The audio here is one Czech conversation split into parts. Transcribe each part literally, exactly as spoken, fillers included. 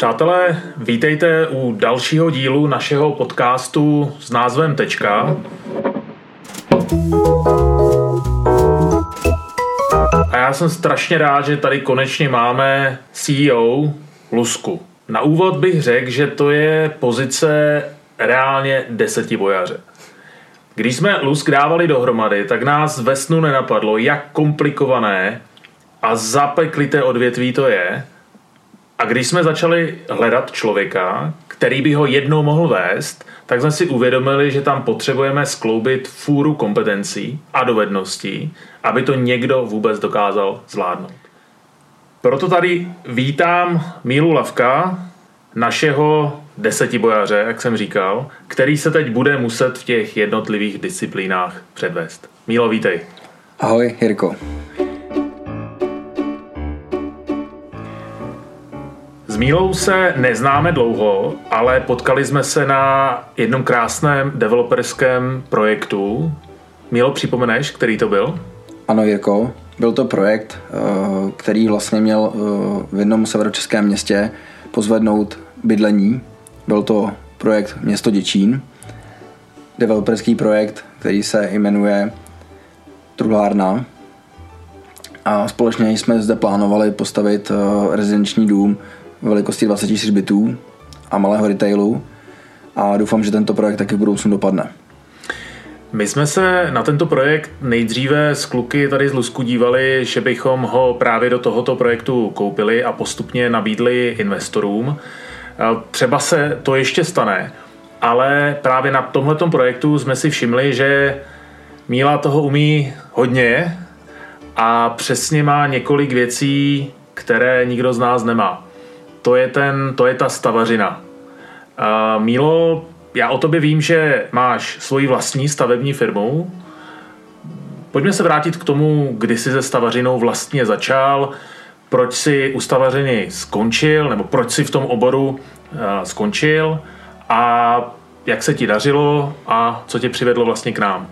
Přátelé, vítejte u dalšího dílu našeho podcastu s názvem Tečka. A já jsem strašně rád, že tady konečně máme C E O Lusku. Na úvod bych řekl, že to je pozice reálně desetibojaře. Když jsme Lusk dávali dohromady, tak nás ve snu nenapadlo, jak komplikované a zapeklité odvětví to je. A když jsme začali hledat člověka, který by ho jednou mohl vést, tak jsme si uvědomili, že tam potřebujeme skloubit fůru kompetencí a dovedností, aby to někdo vůbec dokázal zvládnout. Proto tady vítám Mílu Lavka, našeho desetibojaře, jak jsem říkal, který se teď bude muset v těch jednotlivých disciplínách předvést. Mílo, vítej. Ahoj, Jirko. S Mílou se neznáme dlouho, ale potkali jsme se na jednom krásném developerském projektu. Mílo, připomeneš, který to byl? Ano, Jirko. Byl to projekt, který vlastně měl v jednom severočeském městě pozvednout bydlení. Byl to projekt Město Děčín. Developerský projekt, který se jmenuje Truhlárna. A společně jsme zde plánovali postavit rezidenční dům velikosti dvacet čtyři bytů a malého retailu a doufám, že tento projekt taky v budoucnu dopadne. My jsme se na tento projekt nejdříve s kluky tady z Lusku dívali, že bychom ho právě do tohoto projektu koupili a postupně nabídli investorům. Třeba se to ještě stane, ale právě na tomhletom projektu jsme si všimli, že Míla toho umí hodně a přesně má několik věcí, které nikdo z nás nemá. To je, ten, to je ta stavařina. Uh, Mílo, já o tobě vím, že máš svoji vlastní stavební firmu. Pojďme se vrátit k tomu, kdy jsi se stavařinou vlastně začal, proč jsi u stavařiny skončil, nebo proč jsi v tom oboru uh, skončil a jak se ti dařilo a co tě přivedlo vlastně k nám.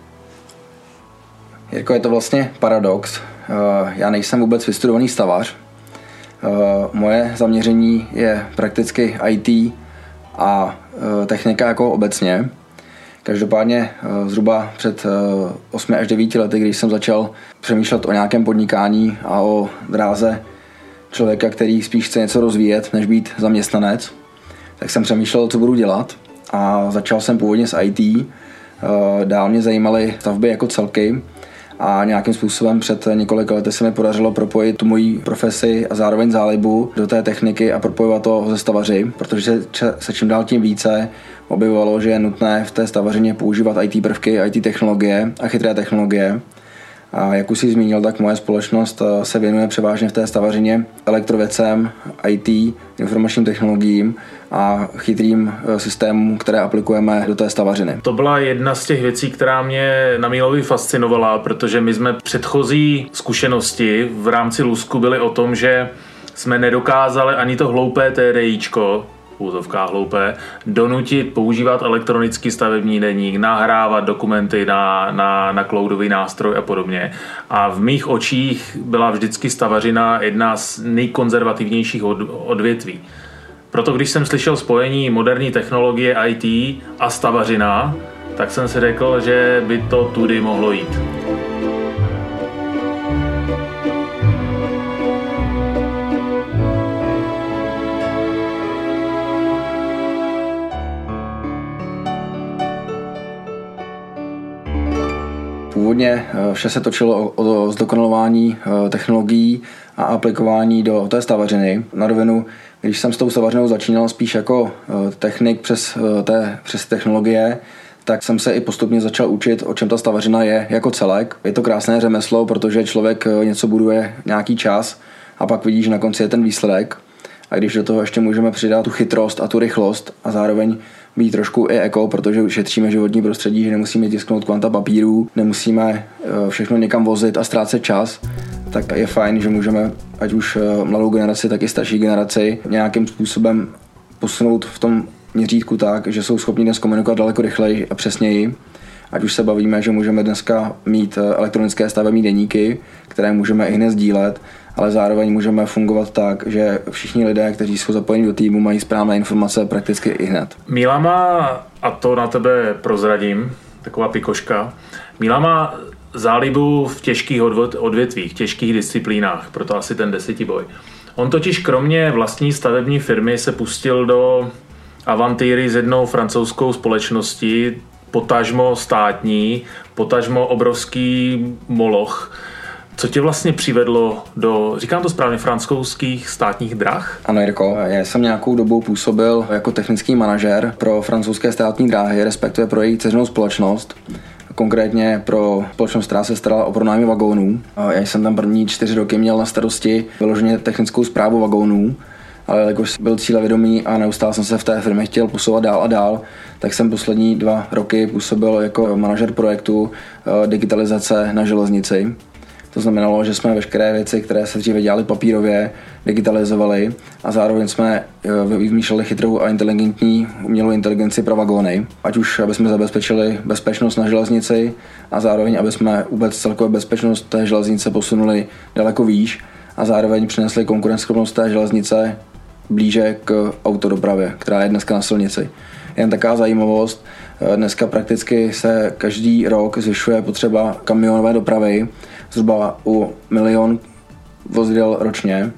Jirko, je to vlastně paradox. Uh, já nejsem vůbec vystudovaný stavař. Uh, moje zaměření je prakticky í té a uh, technika jako obecně. Každopádně uh, zhruba před osmi až devíti lety, když jsem začal přemýšlet o nějakém podnikání a o dráze člověka, který spíš chce něco rozvíjet, než být zaměstnanec, tak jsem přemýšlel, co budu dělat a začal jsem původně s í té. Uh, dál mě zajímaly stavby jako celky, a nějakým způsobem před několika lety se mi podařilo propojit tu moji profesi a zároveň zálibu do té techniky a propojovat to ze stavaři, protože se čím dál tím více objevovalo, že je nutné v té stavařině používat í té prvky, í té technologie a chytré technologie. A jak už jsi zmínil, tak moje společnost se věnuje převážně v té stavařině elektrověcem, í té, informačním technologiím a chytrým systémům, které aplikujeme do té stavařiny. To byla jedna z těch věcí, která mě na Mílovi fascinovala, protože my jsme předchozí zkušenosti v rámci Lusku byly o tom, že jsme nedokázali ani to hloupé TDIčko, úzovká hloupé, donutit používat elektronický stavební deník, nahrávat dokumenty na, na, na cloudový nástroj a podobně. A v mých očích byla vždycky stavařina jedna z nejkonzervativnějších od, odvětví. Proto když jsem slyšel spojení moderní technologie í té a stavařina, tak jsem si řekl, že by to tudy mohlo jít. Původně vše se točilo o zdokonalování technologií a aplikování do té stavařiny. Na rovinu, když jsem s tou stavařinou začínal spíš jako technik přes, té, přes technologie, tak jsem se i postupně začal učit, o čem ta stavařina je jako celek. Je to krásné řemeslo, protože člověk něco buduje nějaký čas a pak vidí, že na konci je ten výsledek. A když do toho ještě můžeme přidat tu chytrost a tu rychlost a zároveň být trošku i eko, protože ušetříme životní prostředí, že nemusíme tisknout kvanta papírů, nemusíme všechno někam vozit a ztrácet čas, tak je fajn, že můžeme ať už mladou generaci, tak i starší generaci nějakým způsobem posunout v tom měřítku tak, že jsou schopni dnes komunikovat daleko rychleji a přesněji Ať už se bavíme, že můžeme dneska mít elektronické stavební deníky, které můžeme i hned sdílet, ale zároveň můžeme fungovat tak, že všichni lidé, kteří jsou zapojeni do týmu, mají správné informace prakticky i hned. Míla má, a to na tebe prozradím, taková pikoška, Míla má zálibu v těžkých odvětvích, těžkých disciplínách, proto asi ten desetiboj. On totiž kromě vlastní stavební firmy se pustil do avantýry s jednou francouzskou společností, potažmo státní, potažmo obrovský moloch. Co tě vlastně přivedlo do, říkám to správně, francouzských státních drah? Ano, Jirko, já jsem nějakou dobu působil jako technický manažer pro francouzské státní dráhy, respektive pro jejich dceřinou společnost. Konkrétně pro společnost, která se starala o pronájmy vagónů. Já jsem tam první čtyři roky měl na starosti vyloženě technickou správu vagónů, ale jakož byl cílevědomý a neustále jsem se v té firmě chtěl posouvat dál a dál, tak jsem poslední dva roky působil jako manažer projektu digitalizace na železnici. To znamenalo, že jsme veškeré věci, které se dříve dělaly papírově, digitalizovali a zároveň jsme vymýšleli chytrou a inteligentní umělou inteligenci pro vagóny. Ať už, aby jsme zabezpečili bezpečnost na železnici a zároveň, aby jsme vůbec celkově bezpečnost té železnice posunuli daleko výš a zároveň přinesli konkurenceschopnost té železnice blíže k autodopravě, která je dneska na silnici. Jen taková zajímavost, dneska prakticky se každý rok zvyšuje potřeba kamionové dopravy, zhruba u milion vozidel ročně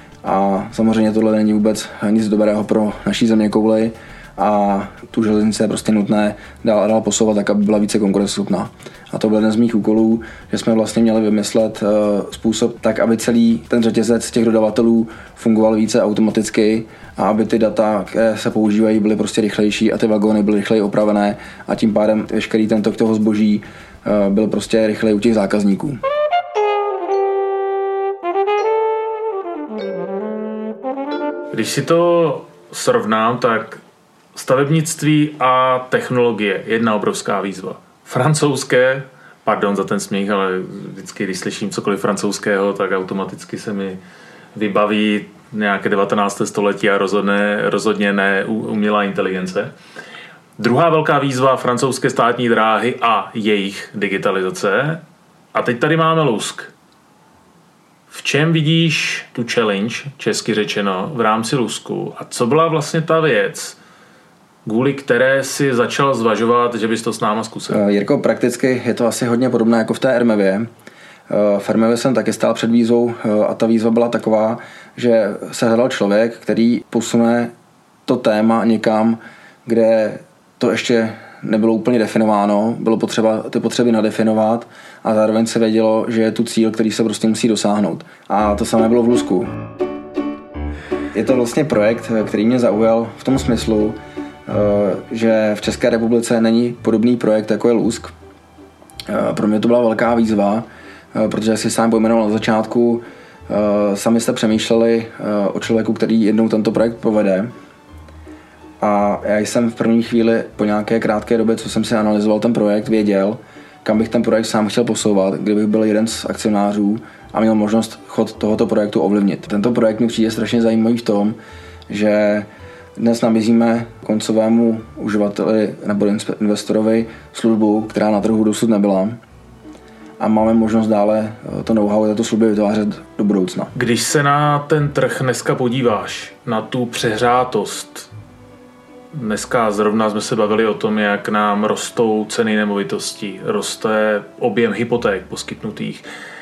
a samozřejmě tohle není vůbec nic dobrého pro naší zeměkouli a tu železnici je prostě nutné dál a dál posouvat tak, aby byla více konkurenceschopná. A to byl jeden z mých úkolů, že jsme vlastně měli vymyslet způsob tak, aby celý ten řetězec těch dodavatelů fungoval více automaticky a aby ty data, které se používají, byly prostě rychlejší a ty vagóny byly rychleji opravené a tím pádem veškerý ten tok toho zboží byl prostě rychleji u těch zákazníků. Když si to srovnám, tak stavebnictví a technologie, jedna obrovská výzva. Francouzské, pardon za ten směch, ale vždycky, když slyším cokoliv francouzského, tak automaticky se mi vybaví nějaké devatenácté století a rozhodně, rozhodně ne umělá inteligence. Druhá velká výzva, francouzské státní dráhy a jejich digitalizace. A teď tady máme lusk. V čem vidíš tu challenge, česky řečeno, v rámci lusku? A co byla vlastně ta věc, kvůli které si začal zvažovat, že bys to s náma zkusil? Jirko, prakticky je to asi hodně podobné jako v té Ermevě. V Ermevě jsem taky stál před výzvou a ta výzva byla taková, že se hledal člověk, který posune to téma někam, kde to ještě nebylo úplně definováno, bylo potřeba ty potřeby nadefinovat a zároveň se vědělo, že je tu cíl, který se prostě musí dosáhnout. A to samé bylo v lusku. Je to vlastně projekt, který mě zaujal v tom smyslu, že v České republice není podobný projekt, jako je lusk. Pro mě to byla velká výzva, protože si sám pojmenoval na začátku, sami jste přemýšleli o člověku, který jednou tento projekt povede. A já jsem v první chvíli, po nějaké krátké době, co jsem si analyzoval ten projekt, věděl, kam bych ten projekt sám chtěl posouvat, kdybych byl jeden z akcionářů a měl možnost chod tohoto projektu ovlivnit. Tento projekt mi přijde strašně zajímavý v tom, že dnes nabízíme koncovému uživateli nebo investorovi službu, která na trhu dosud nebyla. A máme možnost dále to know-how této služby vytvářet do budoucna. Když se na ten trh dneska podíváš, na tu přehřátost, dneska zrovna jsme se bavili o tom, jak nám rostou ceny nemovitostí, roste objem hypoték poskytnutých.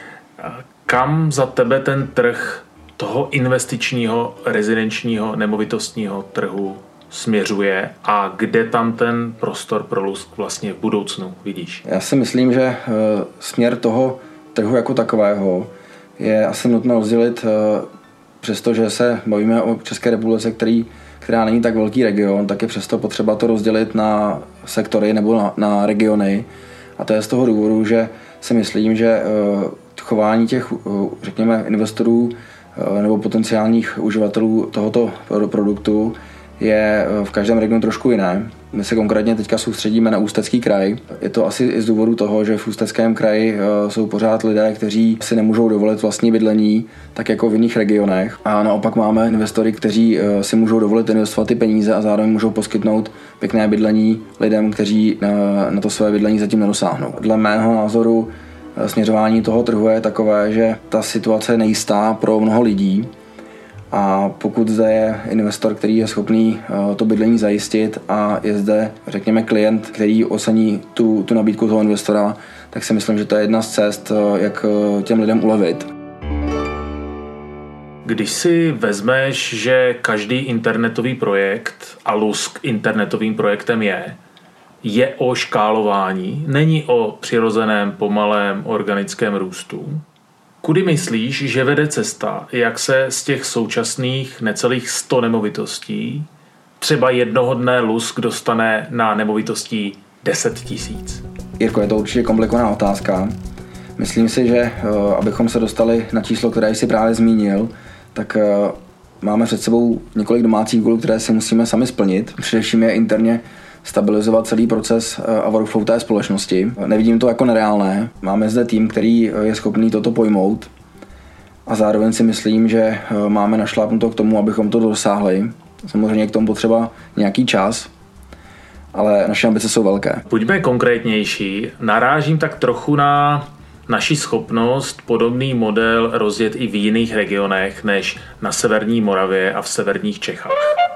Kam za tebe ten trh toho investičního, rezidenčního, nemovitostního trhu směřuje a kde tam ten prostor pro lusk vlastně v budoucnu vidíš? Já si myslím, že směr toho trhu jako takového je asi nutno rozdělit, přestože se bavíme o České republice, který, která není tak velký region, tak je přesto potřeba to rozdělit na sektory nebo na, na regiony. A to je z toho důvodu, že si myslím, že chování těch, řekněme, investorů nebo potenciálních uživatelů tohoto produktu je v každém regionu trošku jiné. My se konkrétně teďka soustředíme na Ústecký kraj. Je to asi i z důvodu toho, že v Ústeckém kraji jsou pořád lidé, kteří si nemůžou dovolit vlastní bydlení, tak jako v jiných regionech. A naopak máme investory, kteří si můžou dovolit investovat ty peníze a zároveň můžou poskytnout pěkné bydlení lidem, kteří na to své bydlení zatím nedosáhnou. Dle mého názoru směřování toho trhu je takové, že ta situace je nejistá pro mnoho lidí. A pokud zde je investor, který je schopný to bydlení zajistit a je zde, řekněme, klient, který ocení tu, tu nabídku toho investora, tak si myslím, že to je jedna z cest, jak těm lidem ulevit. Když si vezmeš, že každý internetový projekt, a Lusk internetovým projektem je, je o škálování, není o přirozeném, pomalém, organickém růstu, kudy myslíš, že vede cesta, jak se z těch současných necelých sto nemovitostí třeba jednoho dne Lusk dostane na nemovitostí deset tisíc? Jirko, je to určitě komplikovaná otázka. Myslím si, že abychom se dostali na číslo, které jsi právě zmínil, tak máme před sebou několik domácích úkolů, které si musíme sami splnit. Především je interně stabilizovat celý proces a workflow té společnosti. Nevidím to jako nereálné. Máme zde tým, který je schopný toto pojmout a zároveň si myslím, že máme našlápnuto k tomu, abychom to dosáhli. Samozřejmě k tomu potřeba nějaký čas, ale naše ambice jsou velké. Buďme konkrétnější. Narážím tak trochu na naši schopnost podobný model rozjet i v jiných regionech než na severní Moravě a v severních Čechách.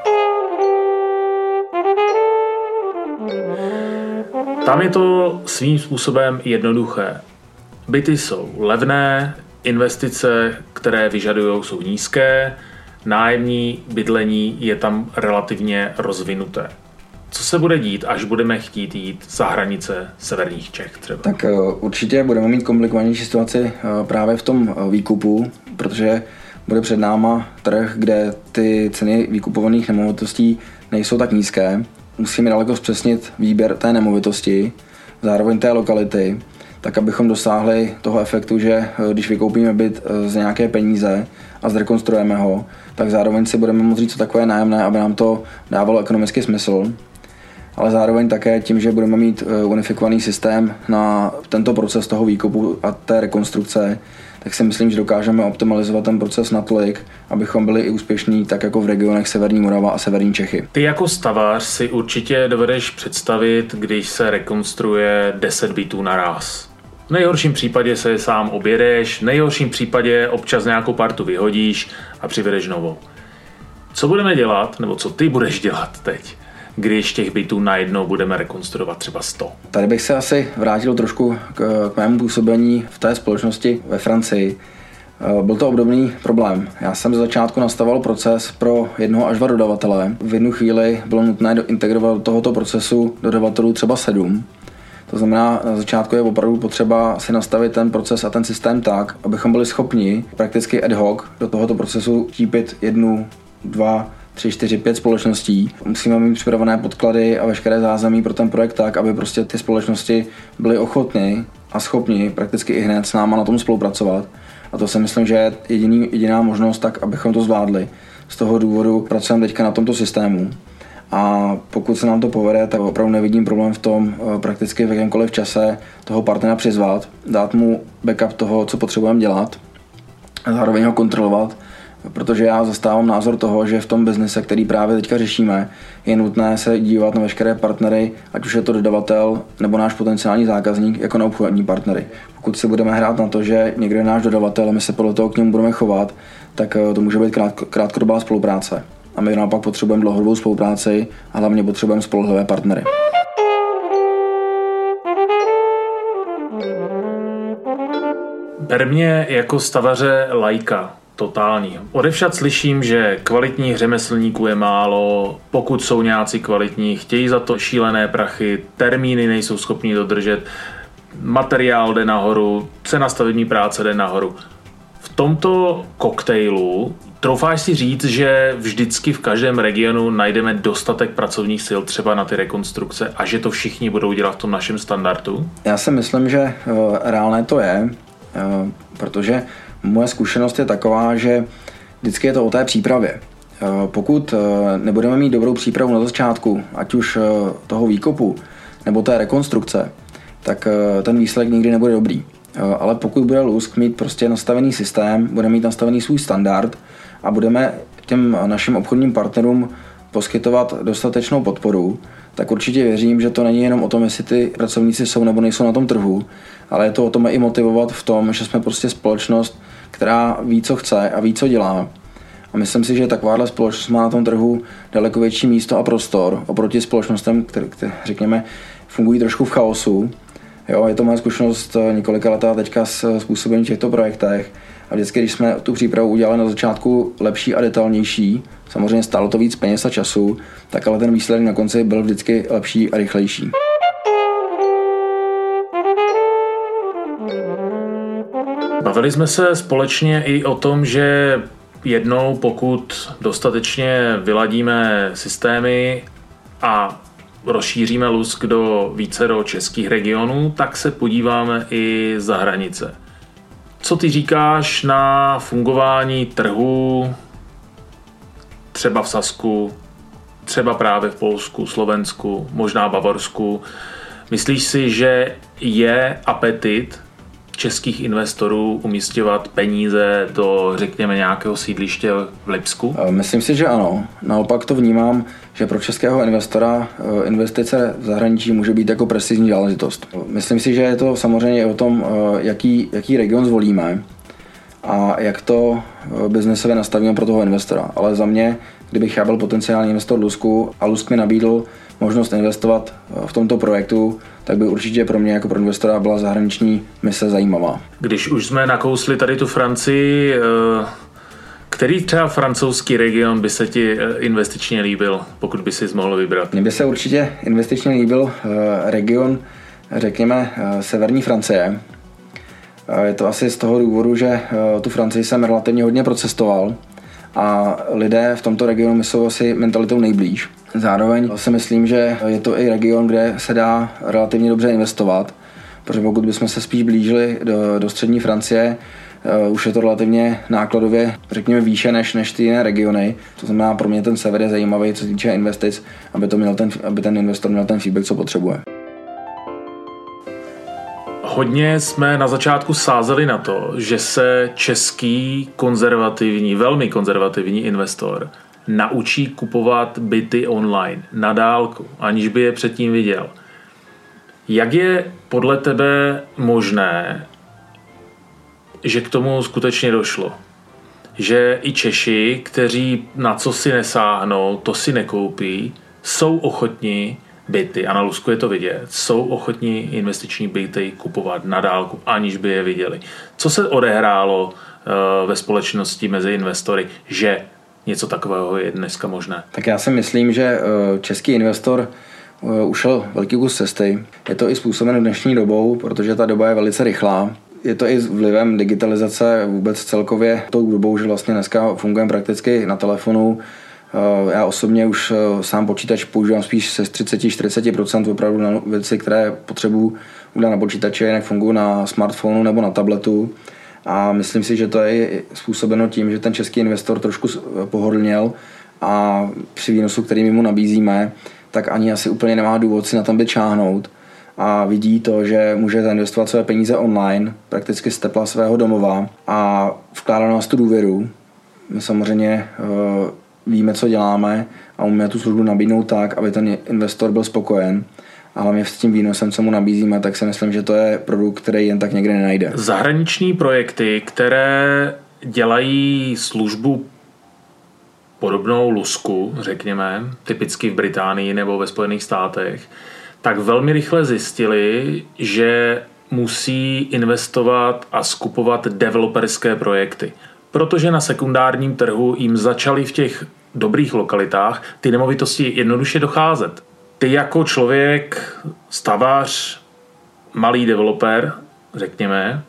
Tam je to svým způsobem jednoduché. Byty jsou levné, investice, které vyžadují, jsou nízké, nájemní bydlení je tam relativně rozvinuté. Co se bude dít, až budeme chtít jít za hranice severních Čech třeba? Tak určitě budeme mít komplikovanější situaci právě v tom výkupu, protože bude před náma trh, kde ty ceny výkupovaných nemovitostí nejsou tak nízké. Musíme daleko zpřesnit výběr té nemovitosti, zároveň té lokality, tak abychom dosáhli toho efektu, že když vykoupíme byt z nějaké peníze a zrekonstruujeme ho, tak zároveň si budeme moct říct, co takové nájemné, aby nám to dávalo ekonomický smysl. Ale zároveň také tím, že budeme mít unifikovaný systém na tento proces toho výkupu a té rekonstrukce, tak si myslím, že dokážeme optimalizovat ten proces natolik, abychom byli i úspěšní tak jako v regionech Severní Morava a Severní Čechy. Ty jako stavař si určitě dovedeš představit, když se rekonstruuje deset bytů naráz. V nejhorším případě se sám objedeš, v nejhorším případě občas nějakou partu vyhodíš a přivedeš novou. Co budeme dělat, nebo co ty budeš dělat teď, když těch bytů najednou budeme rekonstruovat třeba sto? Tady bych se asi vrátil trošku k, k mému působení v té společnosti ve Francii. Byl to obdobný problém. Já jsem ze začátku nastavil proces pro jednoho až dva dodavatele. V jednu chvíli bylo nutné integrovat do tohoto procesu dodavatelů třeba sedm. To znamená, na začátku je opravdu potřeba si nastavit ten proces a ten systém tak, abychom byli schopni prakticky ad hoc do tohoto procesu vtípit jednu, dva, tři, čtyři, pět společností. Musíme mít připravené podklady a veškeré zázemí pro ten projekt tak, aby prostě ty společnosti byly ochotny a schopni prakticky i hned s náma na tom spolupracovat. A to si myslím, že je jediný, jediná možnost tak, abychom to zvládli. Z toho důvodu pracujeme teďka na tomto systému. A pokud se nám to povede, tak opravdu nevidím problém v tom prakticky v jakémkoliv čase toho partnera přizvat, dát mu backup toho, co potřebujeme dělat a zároveň ho kontrolovat, protože já zastávám názor toho, že v tom biznise, který právě teďka řešíme, je nutné se dívat na veškeré partnery, ať už je to dodavatel nebo náš potenciální zákazník, jako na obchodní partnery. Pokud si budeme hrát na to, že někdo je náš dodavatel a my se podle toho k němu budeme chovat, tak to může být krátko, krátkodobá spolupráce. A my naopak potřebujeme dlouhodobou spolupráci a hlavně potřebujeme spolehlivé partnery. Ber mě jako stavaře laika, totální. Odevšad slyším, že kvalitních řemeslníků je málo, pokud jsou nějací kvalitní, chtějí za to šílené prachy, termíny nejsou schopni dodržet, materiál jde nahoru, cena stavební práce jde nahoru. V tomto koktejlu troufáš si říct, že vždycky v každém regionu najdeme dostatek pracovních sil třeba na ty rekonstrukce a že to všichni budou dělat v tom našem standardu? Já si myslím, že reálné to je, protože moje zkušenost je taková, že vždycky je to o té přípravě. Pokud nebudeme mít dobrou přípravu na začátku, ať už toho výkopu nebo té rekonstrukce, tak ten výsledek nikdy nebude dobrý. Ale pokud bude Lusk mít prostě nastavený systém, bude mít nastavený svůj standard a budeme těm našim obchodním partnerům poskytovat dostatečnou podporu, tak určitě věřím, že to není jenom o tom, jestli ty pracovníci jsou nebo nejsou na tom trhu, ale je to o tom i motivovat v tom, že jsme prostě společnost, která ví, co chce a ví, co dělá. A myslím si, že takováhle společnost má na tom trhu daleko větší místo a prostor oproti společnostem, které, které řekněme, fungují trošku v chaosu. Jo, je to moje zkušenost několika letá teďka s způsobením těchto projektech. A vždycky, když jsme tu přípravu udělali na začátku lepší a detailnější, samozřejmě stálo to víc peněz a času, tak ale ten výsledek na konci byl vždycky lepší a rychlejší. Bavili jsme se společně i o tom, že jednou, pokud dostatečně vyladíme systémy a rozšíříme Lusk do více do českých regionů, tak se podíváme i za hranice. Co ty říkáš na fungování trhu třeba v Sasku, třeba právě v Polsku, Slovensku, možná Bavorsku? Myslíš si, že je apetit českých investorů umístěvat peníze do, řekněme, nějakého sídliště v Lipsku? Myslím si, že ano. Naopak to vnímám, že pro českého investora investice v zahraničí může být jako prestižní záležitost. Myslím si, že je to samozřejmě o tom, jaký, jaký region zvolíme a jak to biznesově nastavíme pro toho investora. Ale za mě, kdybych já byl potenciální investor Lusku a Lusk mi nabídl možnost investovat v tomto projektu, tak by určitě pro mě jako pro investora byla zahraniční mise zajímavá. Když už jsme nakousli tady tu Francii, který třeba francouzský region by se ti investičně líbil, pokud by si mohl vybrat? Mně by se určitě investičně líbil region, řekněme, severní Francie. Je to asi z toho důvodu, že tu Francii jsem relativně hodně procestoval a lidé v tomto regionu mi jsou asi mentalitou nejblíž. Zároveň si myslím, že je to i region, kde se dá relativně dobře investovat, protože pokud bychom se spíš blížili do, do střední Francie, uh, už je to relativně nákladově, řekněme, výše než, než ty jiné regiony. To znamená, pro mě ten sever je zajímavý, co se týče investic, aby, to měl ten, aby ten investor měl ten feedback, co potřebuje. Hodně jsme na začátku sázeli na to, že se český konzervativní, velmi konzervativní investor naučí kupovat byty online, na dálku, aniž by je předtím viděl. Jak je podle tebe možné, že k tomu skutečně došlo? Že i Češi, kteří na co si nesáhnou, to si nekoupí, jsou ochotní byty, a na Lusku je to vidět, jsou ochotní investiční byty kupovat na dálku, aniž by je viděli. Co se odehrálo uh, ve společnosti mezi investory, že něco takového je dneska možné? Tak já si myslím, že český investor ušel velký kus cesty. Je to i způsobeno dnešní dobou, protože ta doba je velice rychlá. Je to i s vlivem digitalizace vůbec celkově tou dobou, že vlastně dneska fungujeme prakticky na telefonu. Já osobně už sám počítač používám spíš se třicet až čtyřicet procent opravdu na věci, které potřebuji udělat na počítači, jinak fungují na smartphonu nebo na tabletu. A myslím si, že to je způsobeno tím, že ten český investor trošku pohodlněl a při výnosu, který my mu nabízíme, tak ani asi úplně nemá důvod si na tom byt šáhnout a vidí to, že může zainvestovat své peníze online, prakticky z tepla svého domova a vkládá nás tu důvěru. My samozřejmě uh, víme, co děláme a umíme tu službu nabídnout tak, aby ten investor byl spokojen. A hlavně s tím výnosem, co mu nabízíme, tak si myslím, že to je produkt, který jen tak někde nenajde. Zahraniční projekty, které dělají službu podobnou Lusku, řekněme, typicky v Británii nebo ve Spojených státech, tak velmi rychle zjistili, že musí investovat a skupovat developerské projekty. Protože na sekundárním trhu jim začaly v těch dobrých lokalitách ty nemovitosti jednoduše docházet. Ty jako člověk, stavař, malý developer, řekněme,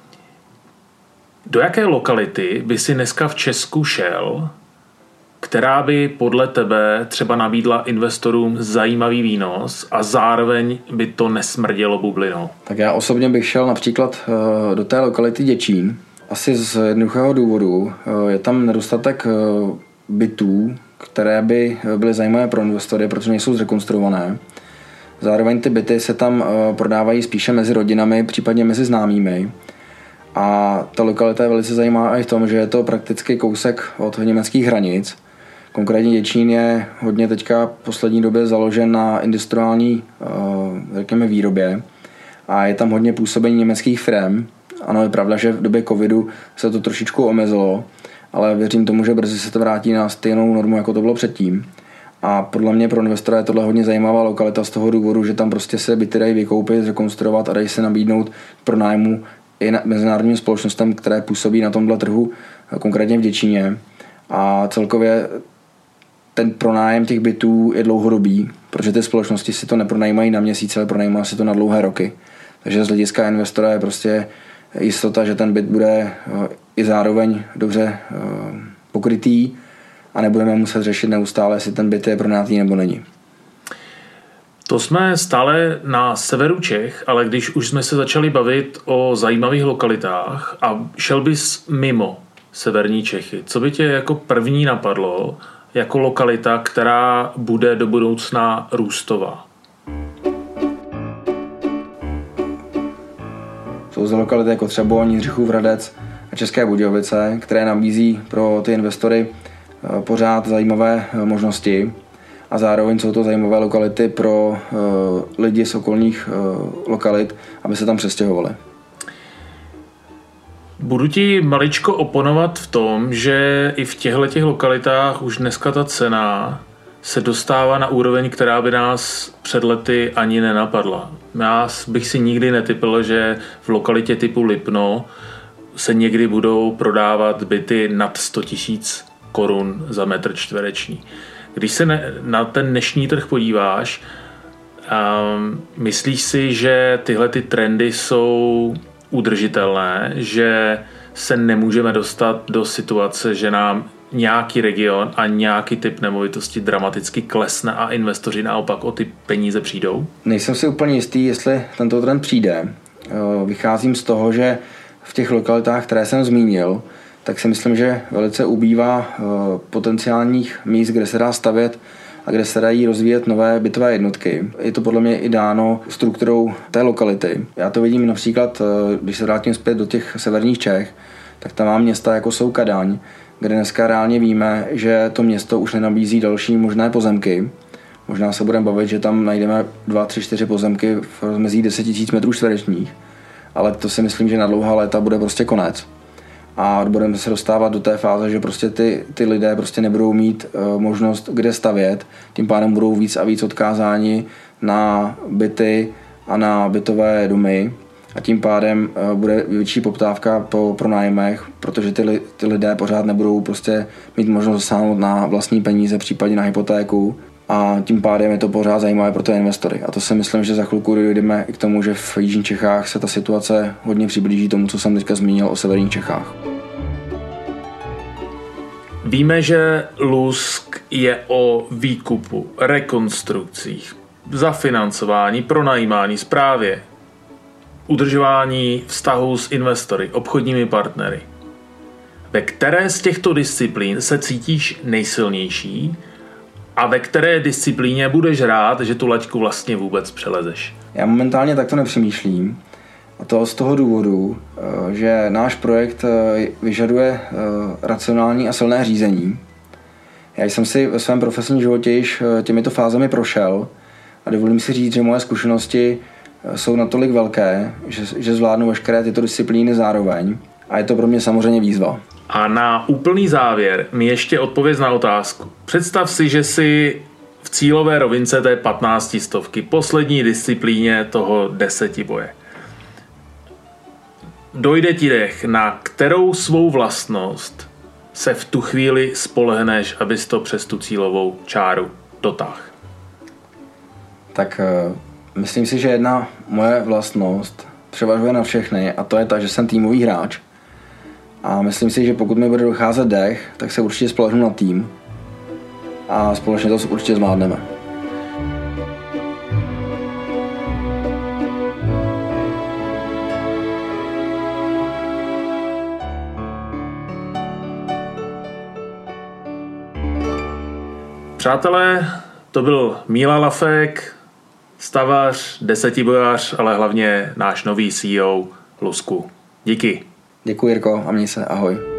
do jaké lokality by si dneska v Česku šel, která by podle tebe třeba nabídla investorům zajímavý výnos a zároveň by to nesmrdělo bublinou? Tak já osobně bych šel například do té lokality Děčín. Asi z jednoduchého důvodu. Je tam nedostatek bytů, které by byly zajímavé pro investory, protože nejsou zrekonstruované. Zároveň ty byty se tam prodávají spíše mezi rodinami, případně mezi známými. A ta lokalita je velice zajímavá i v tom, že je to prakticky kousek od německých hranic. Konkrétně Děčín je hodně teďka v poslední době založen na industriální, řekněme, výrobě a je tam hodně působení německých firm. Ano, je pravda, že v době covidu se to trošičku omezilo, ale věřím tomu, že brzy se to vrátí na stejnou normu, jako to bylo předtím. A podle mě pro investora je tohle hodně zajímavá lokalita z toho důvodu, že tam prostě se byty dají vykoupit, zrekonstruovat a dají se nabídnout pro nájmu i mezinárodním společnostem, které působí na tomhle trhu, konkrétně v Děčíně. A celkově ten pronájem těch bytů je dlouhodobý, protože ty společnosti si to nepronajímají na měsíc, ale pronajímají si to na dlouhé roky. Takže z hlediska investora je prostě jistota, že ten byt bude i zároveň dobře pokrytý a nebudeme muset řešit neustále, jestli ten byt je pronajatý nebo není. To jsme stále na severu Čech, ale když už jsme se začali bavit o zajímavých lokalitách a šel bys mimo severní Čechy, co by tě jako první napadlo jako lokalita, která bude do budoucna růstová? Jsou zde lokality jako Třeboň, Jindřichův Hradec a České Budějovice, které nabízí pro ty investory pořád zajímavé možnosti. A zároveň jsou to zajímavé lokality pro uh, lidi z okolních uh, lokalit, aby se tam přestěhovali. Budu ti maličko oponovat v tom, že i v těchto lokalitách už dneska ta cena se dostává na úroveň, která by nás před lety ani nenapadla. Já bych si nikdy netypl, že v lokalitě typu Lipno se někdy budou prodávat byty nad sto tisíc korun za metr čtvereční. Když se ne, na ten dnešní trh podíváš, um, myslíš si, že tyhle ty trendy jsou udržitelné, že se nemůžeme dostat do situace, že nám nějaký region a nějaký typ nemovitosti dramaticky klesne a investoři naopak o ty peníze přijdou? Nejsem si úplně jistý, jestli tento trend přijde. Vycházím z toho, že v těch lokalitách, které jsem zmínil, tak si myslím, že velice ubývá potenciálních míst, kde se dá stavět a kde se dají rozvíjet nové bytové jednotky. Je to podle mě i dáno strukturou té lokality. Já to vidím například, když se vrátím zpět do těch severních Čech, tak tam mám města jako jsou Kadaň, kde dneska reálně víme, že to město už nenabízí další možné pozemky. Možná se budeme bavit, že tam najdeme dva, tři, čtyři pozemky v rozmezí deset tisíc metrů čtverečních, ale to si myslím, že na dlouhá léta bude prostě konec. A budeme se dostávat do té fáze, že prostě ty, ty lidé prostě nebudou mít uh, možnost kde stavět, tím pádem budou víc a víc odkázáni na byty a na bytové domy a tím pádem uh, bude větší poptávka po pronájmech, protože ty, ty lidé pořád nebudou prostě mít možnost dosáhnout na vlastní peníze, případně na hypotéku a tím pádem je to pořád zajímavé pro ty investory. A to si myslím, že za chvilku dojdeme i k tomu, že v jižních Čechách se ta situace hodně přiblíží tomu, co jsem teďka zmínil o severních Čechách. Víme, že Lusk je o výkupu, rekonstrukcích, zafinancování, pronajímání, správě, udržování vztahů s investory, obchodními partnery. Ve které z těchto disciplín se cítíš nejsilnější a ve které disciplíně budeš rád, že tu laťku vlastně vůbec přelezeš? Já momentálně takto nepřemýšlím. A to z toho důvodu, že náš projekt vyžaduje racionální a silné řízení. Já jsem si ve svém profesním životě již těmito fázemi prošel a dovolím si říct, že moje zkušenosti jsou natolik velké, že, že zvládnu veškeré tyto disciplíny zároveň a je to pro mě samozřejmě výzva. A na úplný závěr mi ještě odpověz na otázku. Představ si, že si v cílové rovince té patnáctistovky, poslední disciplíně toho desetiboje. Dojde ti dech, na kterou svou vlastnost se v tu chvíli spolehneš, abys to přes tu cílovou čáru dotáhl? Tak myslím si, že jedna moje vlastnost převažuje na všechny a to je ta, že jsem týmový hráč. A myslím si, že pokud mi bude docházet dech, tak se určitě spolehnu na tým a společně to určitě zvládneme. Přátelé, to byl Míla Lafek, stavař, desetibojař, ale hlavně náš nový C E O Lusku. Díky. Děkuji, Jirko, a měj se, ahoj.